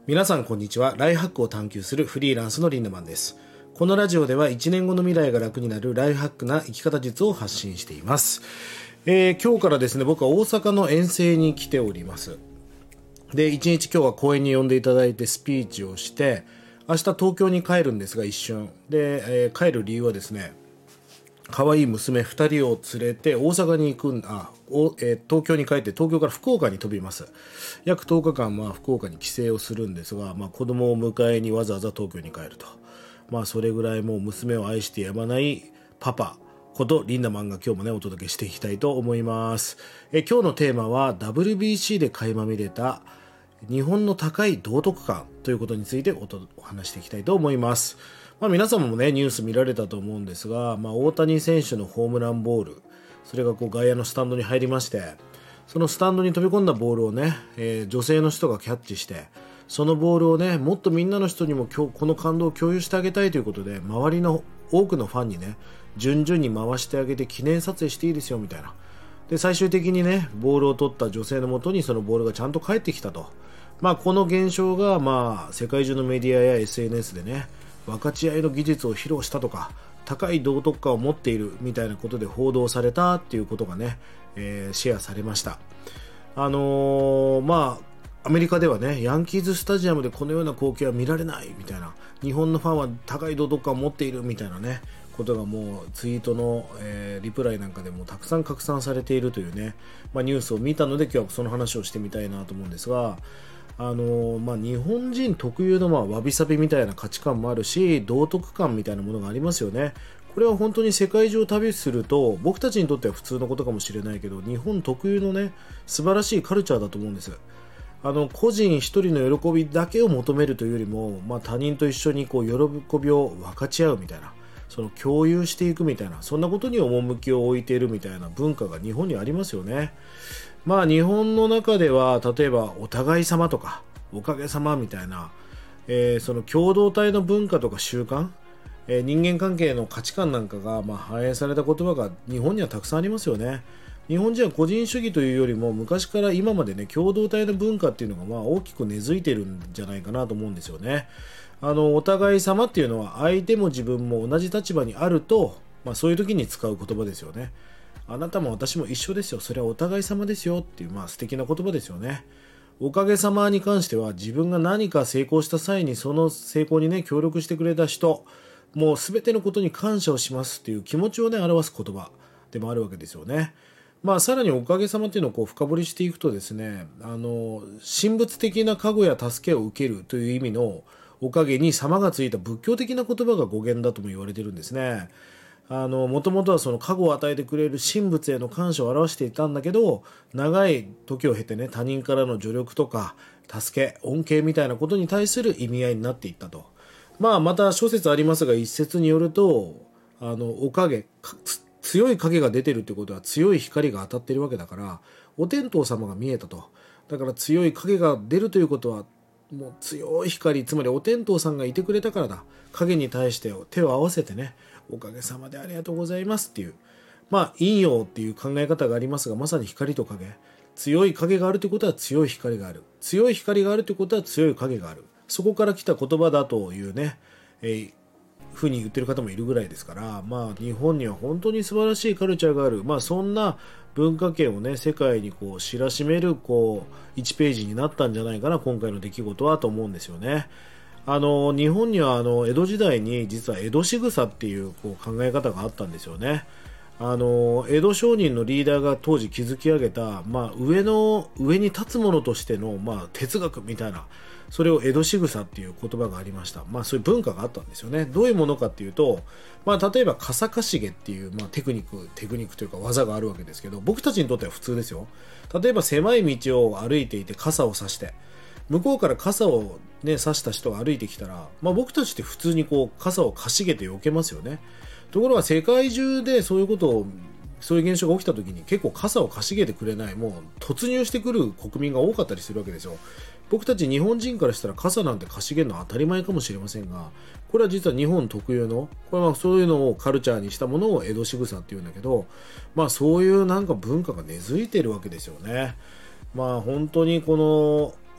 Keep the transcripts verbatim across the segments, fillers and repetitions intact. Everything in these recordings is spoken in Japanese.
皆さんこんにちは。ライフハックを探求するフリーランスのリンダマンです。このラジオではいちねんごの未来が楽になるライフハックな生き方術を発信しています。えー、今日からですね、僕は大阪の遠征に来ております。で、一日今日は講演に呼んでいただいてスピーチをして、明日東京に帰るんですが一瞬。で、えー、帰る理由はですね、可愛い娘ふたりを連れて大阪に行くんあお、えー、東京に帰って東京から福岡に飛びます。約とおかかん、まあ、福岡に帰省をするんですが、まあ、子供を迎えにわざわざ東京に帰ると、まあ、それぐらいもう娘を愛してやまないパパことリンダマンが今日もねお届けしていきたいと思います。えー、今日のテーマは ダブリュービーシー で垣間見れた日本の高い道徳観ということについて お, とお話していきたいと思います。まあ、皆様もねニュース見られたと思うんですが、まあ、大谷選手のホームランボール、それがこう外野のスタンドに入りまして、そのスタンドに飛び込んだボールをね、えー、女性の人がキャッチして、そのボールをねもっとみんなの人にもこの感動を共有してあげたいということで、周りの多くのファンにね順々に回してあげて記念撮影していいですよみたいな。で最終的にねボールを取った女性のもとにそのボールがちゃんと返ってきたと。まあ、この現象がまあ世界中のメディアや エスエヌエス でね分かち合いの技術を披露したとか高い道徳観を持っているみたいなことで報道されたっていうことがね、えー、シェアされました。あのー、まあアメリカではねヤンキーズスタジアムでこのような光景は見られないみたいな、日本のファンは高い道徳観を持っているみたいなねことがもうツイートの、えー、リプライなんかでもたくさん拡散されているというね、まあ、ニュースを見たので今日はその話をしてみたいなと思うんですが、あのーまあ、日本人特有のまあわびさびみたいな価値観もあるし、道徳観みたいなものがありますよね。これは本当に世界中を旅すると僕たちにとっては普通のことかもしれないけど、日本特有のね素晴らしいカルチャーだと思うんです。あの個人一人の喜びだけを求めるというよりも、まあ、他人と一緒にこう喜びを分かち合うみたいな、その共有していくみたいな、そんなことに趣を置いているみたいな文化が日本にありますよね。まあ日本の中では例えばお互い様とかおかげさまみたいな、えー、その共同体の文化とか習慣、えー、人間関係の価値観なんかがまあ反映された言葉が日本にはたくさんありますよね。日本人は個人主義というよりも昔から今までね共同体の文化っていうのがまあ大きく根付いてるんじゃないかなと思うんですよね。あのお互い様っていうのは相手も自分も同じ立場にあると、まあ、そういう時に使う言葉ですよね。あなたも私も一緒ですよ、それはお互い様ですよっていう、まあ、素敵な言葉ですよね。おかげさまに関しては自分が何か成功した際にその成功にね協力してくれた人、もう全てのことに感謝をしますっていう気持ちをね表す言葉でもあるわけですよね。まあ、さらにおかげさまっていうのをこう深掘りしていくとですね、あの神仏的な加護や助けを受けるという意味のおかげに様がついた仏教的な言葉が語源だとも言われているんですね。あのもともとはその加護を与えてくれる神仏への感謝を表していたんだけど、長い時を経てね他人からの助力とか助け恩恵みたいなことに対する意味合いになっていったと。まあまた諸説ありますが、一説によるとあのおかげ強い影が出てるってことは強い光が当たってるわけだから、お天道様が見えたと。だから強い影が出るということはもう強い光、つまりお天道さんがいてくれたからだ。影に対して手を合わせてね、おかげさまでありがとうございますっていう、まあ陰陽っていう考え方がありますが、まさに光と影、強い影があるということは強い光がある、強い光があるということは強い影がある、そこから来た言葉だというね、えー、ふうに言ってる方もいるぐらいですから、まあ日本には本当に素晴らしいカルチャーがある。まあそんな文化圏をね世界にこう知らしめるこういちページになったんじゃないかな、今回の出来事はと思うんですよね。あの日本にはあの江戸時代に実は江戸仕草っていう、こう考え方があったんですよね。あの江戸商人のリーダーが当時築き上げた、まあ、上の上に立つものとしての、まあ、哲学みたいな、それを江戸仕草っていう言葉がありました。まあ、そういう文化があったんですよね。どういうものかっていうと、まあ、例えば笠かしげっていう、まあ、テクニックテクニックというか技があるわけですけど、僕たちにとっては普通ですよ。例えば狭い道を歩いていて傘を差して、向こうから傘を、ね、差した人が歩いてきたら、まあ、僕たちって普通にこう傘をかしげて避けますよね。ところが世界中でそういうことをそういう現象が起きた時に結構傘をかしげてくれない、もう突入してくる国民が多かったりするわけですよ。僕たち日本人からしたら傘なんてかしげるのは当たり前かもしれませんが、これは実は日本特有の、これはそういうのをカルチャーにしたものを江戸仕草っていうんだけど、まあそういうなんか文化が根付いているわけですよね。まあ本当にこの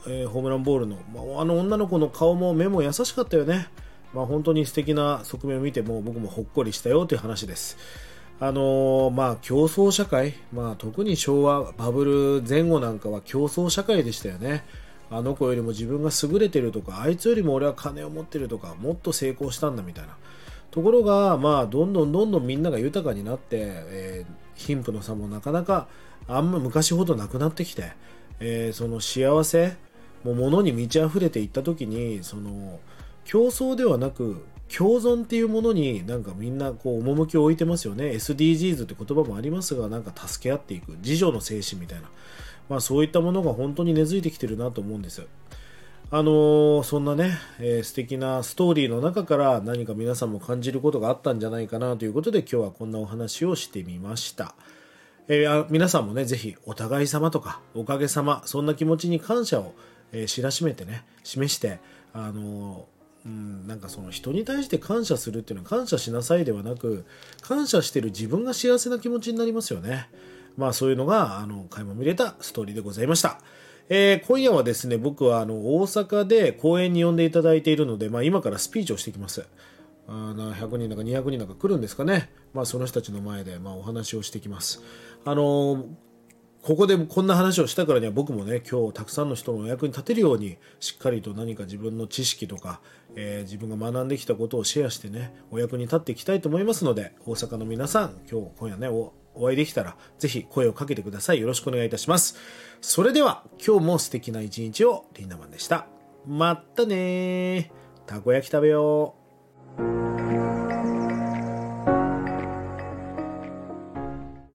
えー、ホームランボールの、まあ、あの女の子の顔も目も優しかったよね。まあ、本当に素敵な側面を見ても僕もほっこりしたよという話です。あのー、まあ競争社会、まあ、特に昭和バブル前後なんかは競争社会でしたよね。あの子よりも自分が優れてるとか、あいつよりも俺は金を持ってるとか、もっと成功したんだみたいなところが、まあ、どんどんどんどんみんなが豊かになって、えー、貧富の差もなかなかあんま昔ほどなくなってきて、えー、その幸せもう物に満ち溢れていった時に、その競争ではなく共存っていうものになんかみんなこう趣を置いてますよね。 エスディージーズ って言葉もありますが、なんか助け合っていく自助の精神みたいな、まあ、そういったものが本当に根付いてきてるなと思うんです。あのー、そんなね、えー、素敵なストーリーの中から何か皆さんも感じることがあったんじゃないかなということで、今日はこんなお話をしてみました。えー、あ皆さんもね、ぜひお互い様とかおかげさま、そんな気持ちに感謝を、えー、知らしめてね、示して、あのーうん、なんかその人に対して感謝するっていうのは、感謝しなさいではなく、感謝してる自分が幸せな気持ちになりますよね。まあそういうのがあの垣間見れたストーリーでございました。えー、今夜はですね、僕はあの大阪で講演に呼んでいただいているので、まあ、今からスピーチをしてきます。あひゃくにんだかにひゃくにんだか来るんですかね。まあ、その人たちの前でまあお話をしてきます。あのーここでこんな話をしたからには、僕もね、今日たくさんの人のお役に立てるように、しっかりと何か自分の知識とか、えー、自分が学んできたことをシェアしてね、お役に立っていきたいと思いますので、大阪の皆さん、今日今夜ね お, お会いできたらぜひ声をかけてください。よろしくお願いいたします。それでは今日も素敵な一日を。リンダマンでした。またねー。たこ焼き食べよう。